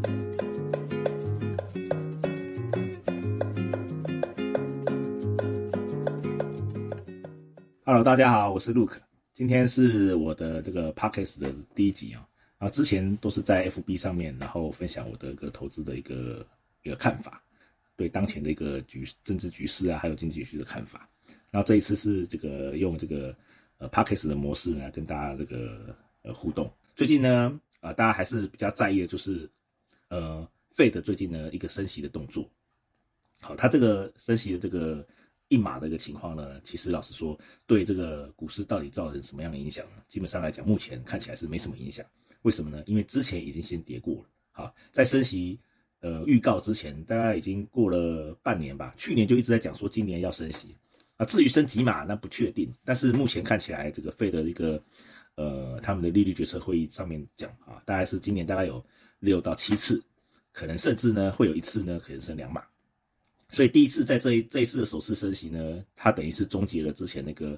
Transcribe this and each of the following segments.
Hello， 大家好，我是 Luke， 今天是我的这个 Podcast 的第一集啊。然后之前都是在 FB 上面，然后分享我的一个投资的一个看法，对当前的一个政治局势啊，还有经济局势的看法。然后这一次是这个用这个Podcast 的模式呢，跟大家这个互动。最近呢，大家还是比较在意的就是Fed 最近的一个升息的动作。好，它这个升息的这个一码的一个情况呢，其实老实说，对这个股市到底造成什么样的影响呢？基本上来讲，目前看起来是没什么影响。为什么呢？因为之前已经先跌过了。好，在升息预告之前，大概已经过了半年吧。去年就一直在讲说今年要升息啊，至于升几码那不确定。但是目前看起来，这个Fed的一个他们的利率决策会议上面讲啊，大概是今年大概有6到7次，可能甚至呢会有一次呢可能升2码。所以第一次在这一次的首次升息呢，它等于是终结了之前那个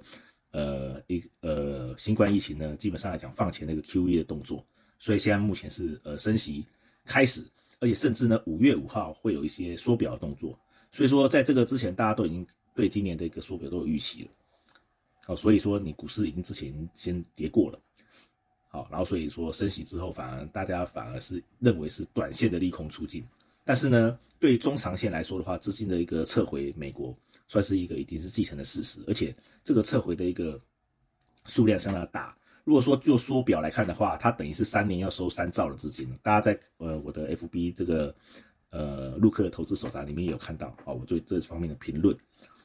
新冠疫情呢，基本上来讲放前那个 QE 的动作。所以现在目前是升息开始，而且甚至呢5月5号会有一些缩表的动作。所以说在这个之前，大家都已经对今年的一个缩表都有预期了。好，所以说你股市已经之前先跌过了。好，然后所以说升息之后，大家反而是认为是短线的利空出尽。但是呢，对于中长线来说的话，资金的一个撤回美国算是一个一定是既成的事实，而且这个撤回的一个数量相当的大。如果说就缩表来看的话，它等于是3年要收3兆的资金。大家在我的 FB 这个陆克的投资手札里面也有看到啊，我对这方面的评论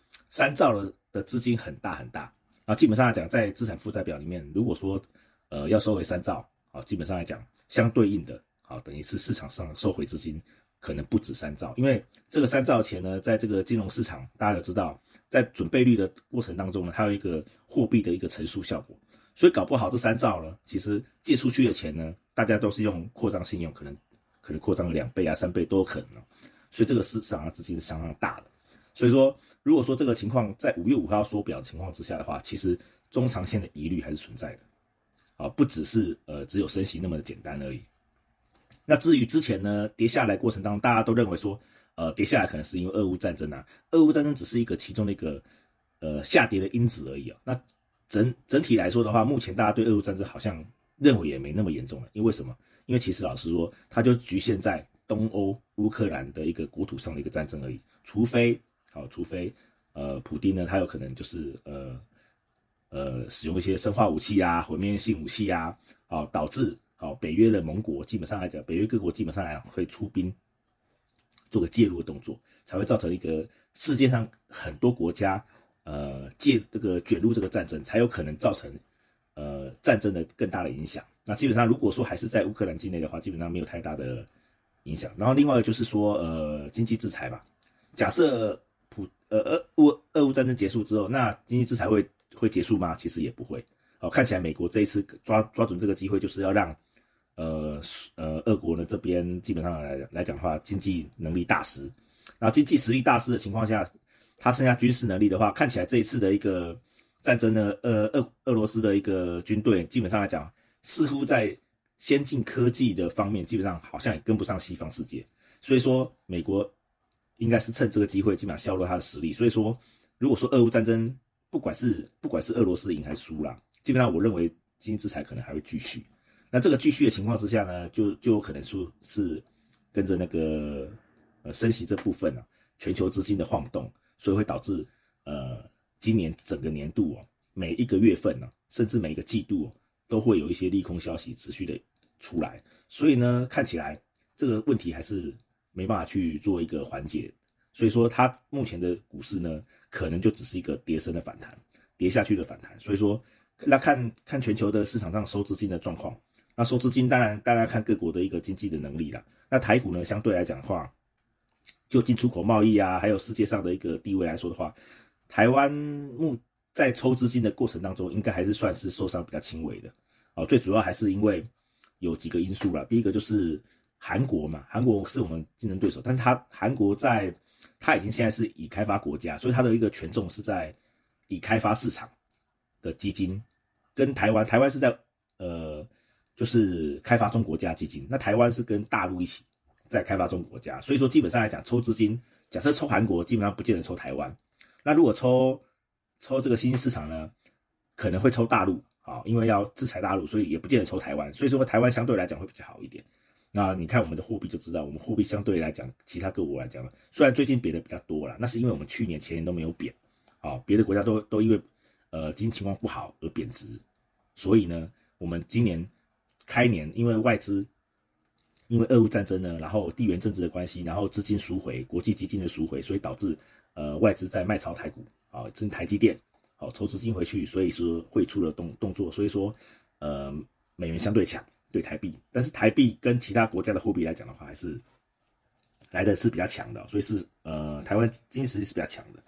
，3兆的资金很大很大。啊，基本上来讲，在资产负债表里面，如果说要收回3兆，啊，基本上来讲，相对应的，啊，等于是市场上收回资金可能不止3兆，因为这个3兆的钱呢，在这个金融市场，大家都知道，在准备率的过程当中呢，它有一个货币的一个乘数效果，所以搞不好这3兆呢，其实借出去的钱呢，大家都是用扩张信用，可能扩张2倍啊、3倍都有可能哦，所以这个市场的资金是相当大的。所以说，如果说这个情况在5月5号缩表的情况之下的话，其实中长线的疑虑还是存在的，啊，不只是只有升息那么的简单而已。那至于之前呢，跌下来过程当中，大家都认为说，跌下来可能是因为俄乌战争啊，俄乌战争只是一个其中的一个下跌的因子而已啊。那整体来说的话，目前大家对俄乌战争好像认为也没那么严重了，因为什么？因为其实老实说，它就局限在东欧乌克兰的一个国土上的一个战争而已，除非普丁呢，他有可能就是使用一些生化武器啊、毁灭性武器啊，导致北约的盟国基本上来讲，北约各国基本上来讲会出兵做个介入的动作，才会造成一个世界上很多国家卷入这个战争，才有可能造成战争的更大的影响。那基本上如果说还是在乌克兰境内的话，基本上没有太大的影响。然后另外就是说经济制裁吧，假设俄乌战争结束之后，那经济制裁会结束吗？其实也不会。看起来美国这一次抓准这个机会，就是要让俄国呢这边基本上来讲的话，经济能力大失。然后经济实力大失的情况下，他剩下军事能力的话，看起来这一次的一个战争呢，俄罗斯的一个军队基本上来讲，似乎在先进科技的方面，基本上好像也跟不上西方世界。所以说，美国应该是趁这个机会，基本上削弱他的实力。所以说，如果说俄乌战争不管是俄罗斯赢还是输啦，基本上我认为经济制裁可能还会继续。那这个继续的情况之下呢，就有可能是跟着那个升息这部分啊，全球资金的晃动，所以会导致今年整个年度每一个月份甚至每一个季度都会有一些利空消息持续的出来。所以呢，看起来这个问题还是没办法去做一个缓解。所以说，它目前的股市呢，可能就只是一个跌升的反弹，跌下去的反弹。所以说，那看全球的市场上收资金的状况。那收资金当然看各国的一个经济的能力啦。那台股呢，相对来讲的话，就进出口贸易啊，还有世界上的一个地位来说的话，台湾在抽资金的过程当中，应该还是算是受伤比较轻微的。最主要还是因为有几个因素啦。第一个就是韩国嘛，韩国是我们竞争对手，但是韩国它已经现在是已开发国家，所以它的一个权重是在已开发市场的基金，跟台湾是在就是开发中国家基金，那台湾是跟大陆一起在开发中国家，所以说基本上来讲，抽资金，假设抽韩国，基本上不见得抽台湾。那如果抽这个新兴市场呢，可能会抽大陆啊，因为要制裁大陆，所以也不见得抽台湾。所以说台湾相对来讲会比较好一点。那你看我们的货币就知道，我们货币相对来讲，其他各国来讲，虽然最近贬的比较多啦，那是因为我们去年前年都没有贬，啊，别的国家都因为经济情况不好而贬值，所以呢，我们今年开年因为外资因为俄乌战争呢，然后地缘政治的关系，然后资金赎回，国际基金的赎回，所以导致外资在卖超台股啊，甚至台积电好筹资金回去，所以说汇出了动作，所以说美元相对强。对台币，但是台币跟其他国家的货币来讲的话，还是来的是比较强的，所以是台湾经济实力是比较强的。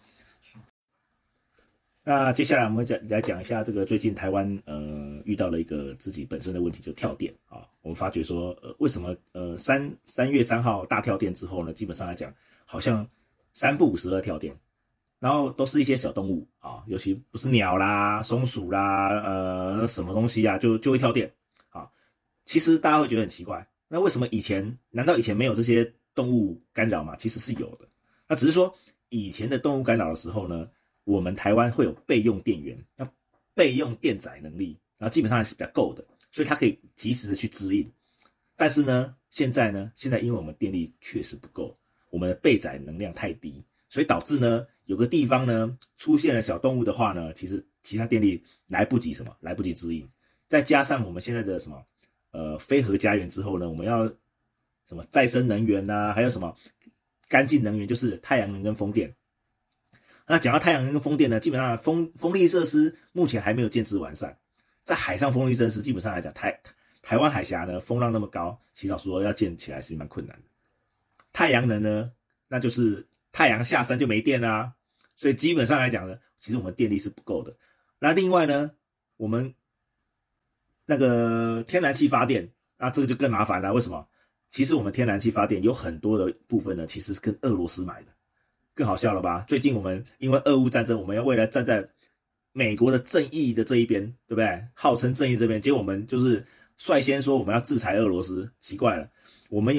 那接下来我们来讲一下这个最近台湾遇到了一个自己本身的问题，就跳电啊。我们发觉说为什么3月3号大跳电之后呢，基本上来讲好像3不52跳电，然后都是一些小动物啊，尤其不是鸟啦、松鼠啦，什么东西啊就会跳电。其实大家会觉得很奇怪，那为什么难道以前没有这些动物干扰吗？其实是有的，那只是说以前的动物干扰的时候呢，我们台湾会有备用电源，那备用电载能力，然后基本上还是比较够的，所以它可以及时的去支应。但是呢，现在因为我们电力确实不够，我们的备载能量太低，所以导致呢有个地方呢出现了小动物的话呢，其实其他电力来不及支应，再加上我们现在的非核家园之后呢，我们要什么再生能源啊，还有什么干净能源，就是太阳能跟风电。那讲到太阳能跟风电呢，基本上风力设施目前还没有建制完善，在海上风力设施基本上来讲，台湾海峡呢风浪那么高，其实老实说要建起来是蛮困难的。太阳能呢，那就是太阳下山就没电啦，所以基本上来讲呢，其实我们电力是不够的。那另外呢，我们那个天然气发电啊，这个就更麻烦了。为什么？其实我们天然气发电有很多的部分呢，其实是跟俄罗斯买的，更好笑了吧？最近我们因为俄乌战争，我们要未来站在美国的正义的这一边，对不对？号称正义这边，结果我们就是率先说我们要制裁俄罗斯，奇怪了，我们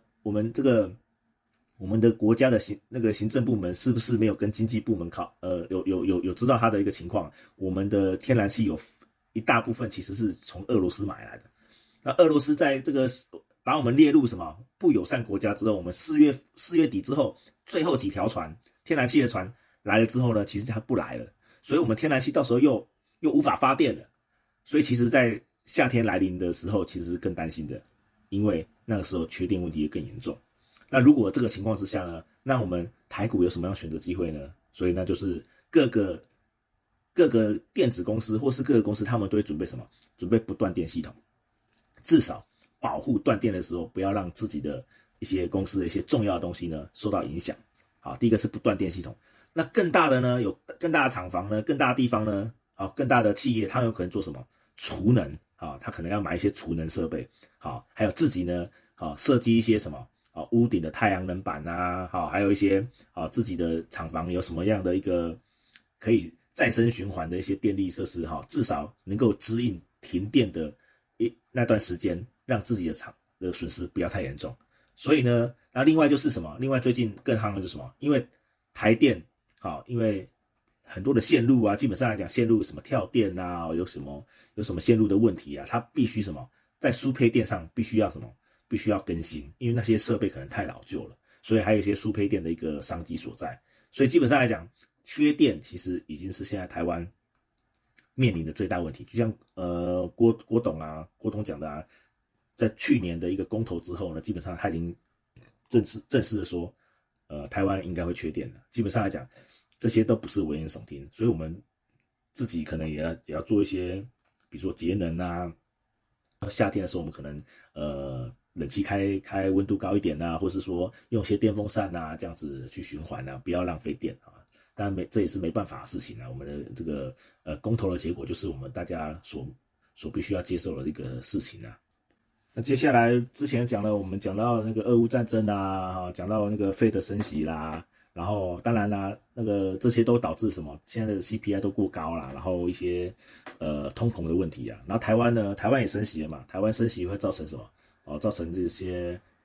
的国家的行政部门是不是没有跟经济部门有知道他的一个情况？我们的天然气有一大部分其实是从俄罗斯买来的。那俄罗斯在这个把我们列入什么不友善国家之后，我们4月底之后，最后几条船天然气的船来了之后呢，其实它不来了，所以我们天然气到时候又无法发电了。所以其实在夏天来临的时候，其实是更担心的，因为那个时候缺电问题也更严重。那如果这个情况之下呢，那我们台股有什么样选择机会呢？所以那就是各个电子公司或是各个公司，他们都会准备什么？准备不断电系统，至少保护断电的时候，不要让自己的一些公司的一些重要的东西呢受到影响。好，第一个是不断电系统。那更大的呢，有更大的厂房呢，更大的地方呢，好，更大的企业，他们有可能做什么？储能啊，他可能要买一些储能设备。好，还有自己呢，好设计一些什么？好，屋顶的太阳能板啊，好，还有一些好自己的厂房有什么样的一个可以再生循环的一些电力设施哈，至少能够支应停电的那段时间，让自己的厂的损失不要太严重。所以呢，那另外就是什么？另外最近更夯的就是什么？因为台电好，因为很多的线路啊，基本上来讲线路什么跳电啊，有什么线路的问题啊，它必须什么在输配电上必须要什么？必须要更新，因为那些设备可能太老旧了，所以还有一些输配电的一个商机所在。所以基本上来讲，缺电其实已经是现在台湾面临的最大问题。就像郭董讲的啊，在去年的一个公投之后呢，基本上他已经正式的说，台湾应该会缺电了。基本上来讲，这些都不是危言耸听，所以我们自己可能也要做一些，比如说节能啊。夏天的时候，我们可能冷气开温度高一点啊，或是说用些电风扇啊，这样子去循环啊，不要浪费电啊。当然这也是没办法的事情啊。我们的这个公投的结果就是我们大家所必须要接受的一个事情啊。那接下来之前我们讲到那个俄乌战争啊，讲到那个Fed升息啦。然后当然啦，那个这些都导致什么？现在的 CPI 都过高啦，然后一些通膨的问题啊。然后台湾呢，台湾也升息了嘛，台湾升息会造成什么？造成这些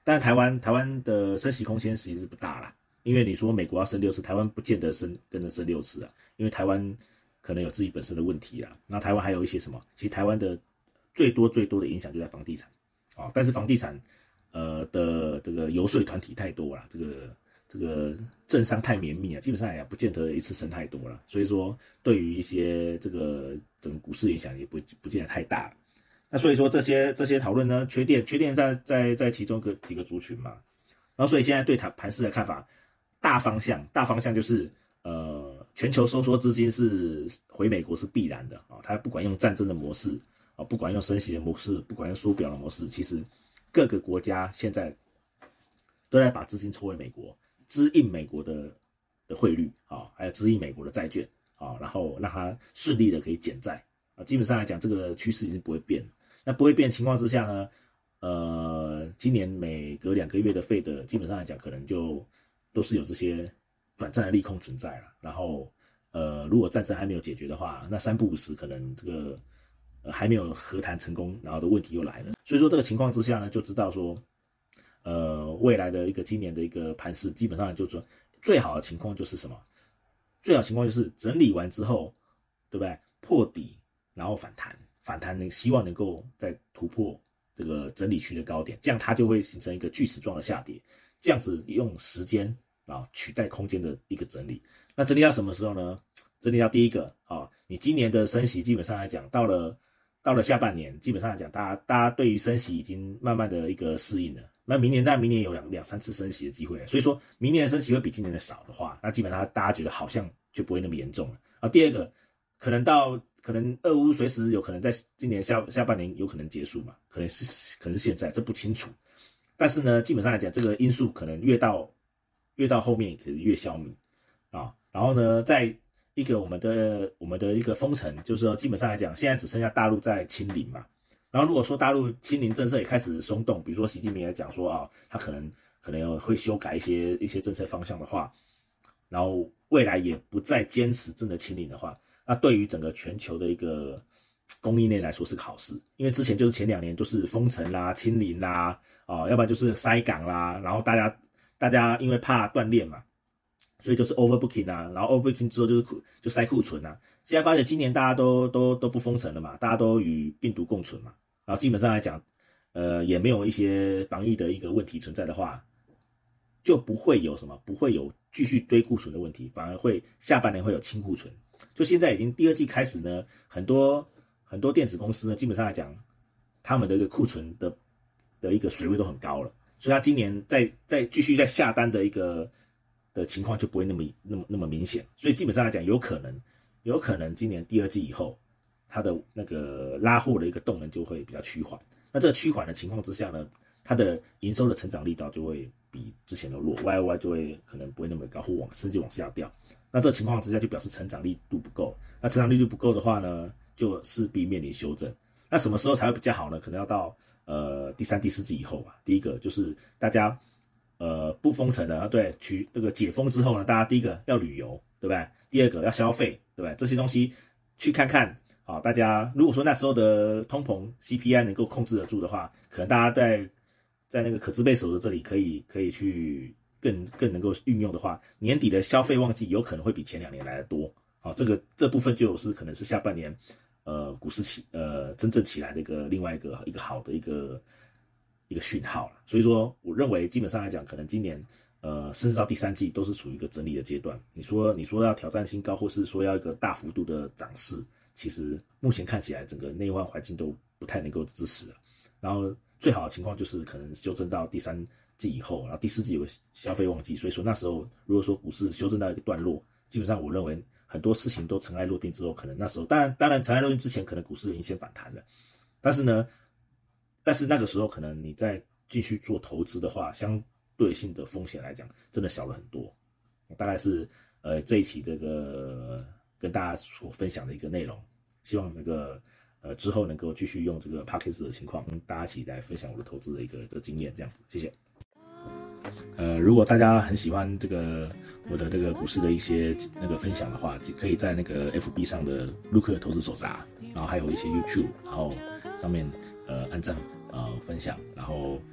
但台湾的升息空间其实是不大啦，因为你说美国要升6次，台湾不见得跟着升6次啊，因为台湾可能有自己本身的问题啊。那台湾还有一些什么？其实台湾的最多的影响就在房地产啊，但是房地产的这个游说团体太多了，这个政商太绵密啊，基本上也不见得一次升太多了，所以说对于一些这个整个股市影响也不见得太大。那所以说这些讨论呢，缺电在其中几个族群嘛，然后所以现在对盘势的看法，大方向就是全球收缩资金是回美国是必然的啊，它不管用战争的模式啊，不管用升息的模式，不管用缩表的模式，其实各个国家现在都在把资金抽回美国，支应美国的汇率啊，还有支应美国的债券啊，然后让它顺利的可以减债啊。基本上来讲，这个趋势已经不会变了。那不会变的情况之下呢，今年每隔2个月的Fed基本上来讲，可能就都是有这些短暂的利空存在了。然后如果战争还没有解决的话，那3不5时可能这个还没有和谈成功，然后的问题又来了。所以说这个情况之下呢，就知道说，未来的今年的一个盘势，基本上就是说最好的情况就是什么？最好的情况就是整理完之后，对不对？破底，然后反弹希望能够再突破这个整理区的高点，这样它就会形成一个锯齿状的下跌，这样子用时间啊取代空间的一个整理。那整理到什么时候呢？整理到第一个啊，你今年的升息基本上来讲，到了下半年，基本上来讲，大家对于升息已经慢慢的一个适应了。那明年有两三次升息的机会，所以说明年的升息会比今年的少的话，那基本上大家觉得好像就不会那么严重了。啊，第二个可能俄乌随时有可能在今年下半年有可能结束嘛，可能是现在，这不清楚。但是呢，基本上来讲，这个因素可能越到后面可能越消弭啊。然后呢，在一个我们的一个封城，就是说基本上来讲，现在只剩下大陆在清零嘛。然后如果说大陆清零政策也开始松动，比如说习近平也讲说啊，他可能会修改一些政策方向的话，然后未来也不再坚持真的清零的话，那对于整个全球的一个供应链来说是好事，因为之前就是前2年都是封城啦、清零啦，要不然就是塞港啦，然后大家因为怕断链嘛，所以就是 overbooking 啊，然后 overbooking 之后就塞库存啊。现在发现今年大家都不封城了嘛，大家都与病毒共存嘛，然后基本上来讲，也没有一些防疫的一个问题存在的话，就不会有继续堆库存的问题，反而会下半年会有清库存。就现在已经第2季开始呢，很多电子公司呢，基本上来讲，他们的一个库存的一个水位都很高了，所以他今年再继续下单的一个的情况就不会那么明显，所以基本上来讲，有可能今年第2季以后，它的那个拉货的一个动能就会比较趋缓。那这个趋缓的情况之下呢，它的营收的成长力道就会比之前的弱 ，YOY 就会可能不会那么高，或甚至往下掉。那这个情况之下就表示成长力度不够。那成长力度不够的话呢，就势必面临修正。那什么时候才会比较好呢？可能要到第3、第4季以后吧。第一个就是大家不封城了，对，这个解封之后呢，大家第一个要旅游，对不对？第二个要消费，对不对？这些东西去看看。好，大家如果说那时候的通膨 CPI 能够控制得住的话，可能大家在那个可支配所得这里可以去更能够运用的话，年底的消费旺季有可能会比前2年来的多。好，这部分就是可能是下半年股市真正起来的另外一个好的一个讯号了。所以说，我认为基本上来讲，可能今年甚至到第3季都是处于一个整理的阶段。你说要挑战新高，或是说要一个大幅度的涨势，其实目前看起来整个内外环境都不太能够支持了。然后最好的情况就是可能修正到第3季以后，然后第4季有个消费旺季，所以说那时候如果说股市修正到一个段落，基本上我认为很多事情都尘埃落定之后，可能那时候当然尘埃落定之前，可能股市已经先反弹了，但是那个时候可能你再继续做投资的话，相对性的风险来讲，真的小了很多。大概是这一期这个跟大家所分享的一个内容，希望之后能够继续用这个 Podcast 的情况，跟大家一起来分享我的投资的一个经验，这样子，谢谢。如果大家很喜欢我的股市的一些分享的话，可以在FB 上的陆克投资手札，然后还有一些 YouTube， 然后上面按赞分享，然后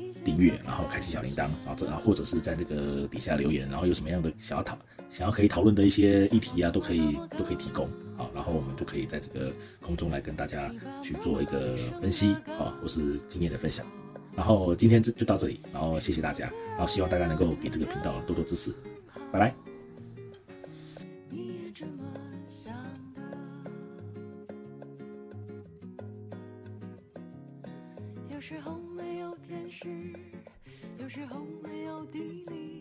订阅，然后开启小铃铛，然后或者是在这个底下留言，然后有什么样的想要可以讨论的一些议题啊，都可以提供啊，然后我们就可以在这个空中来跟大家去做一个分析啊，或是经验的分享。然后今天就到这里，然后谢谢大家，然后希望大家能够给这个频道多多支持，拜拜。 有时候没有天时，有时候没有地利。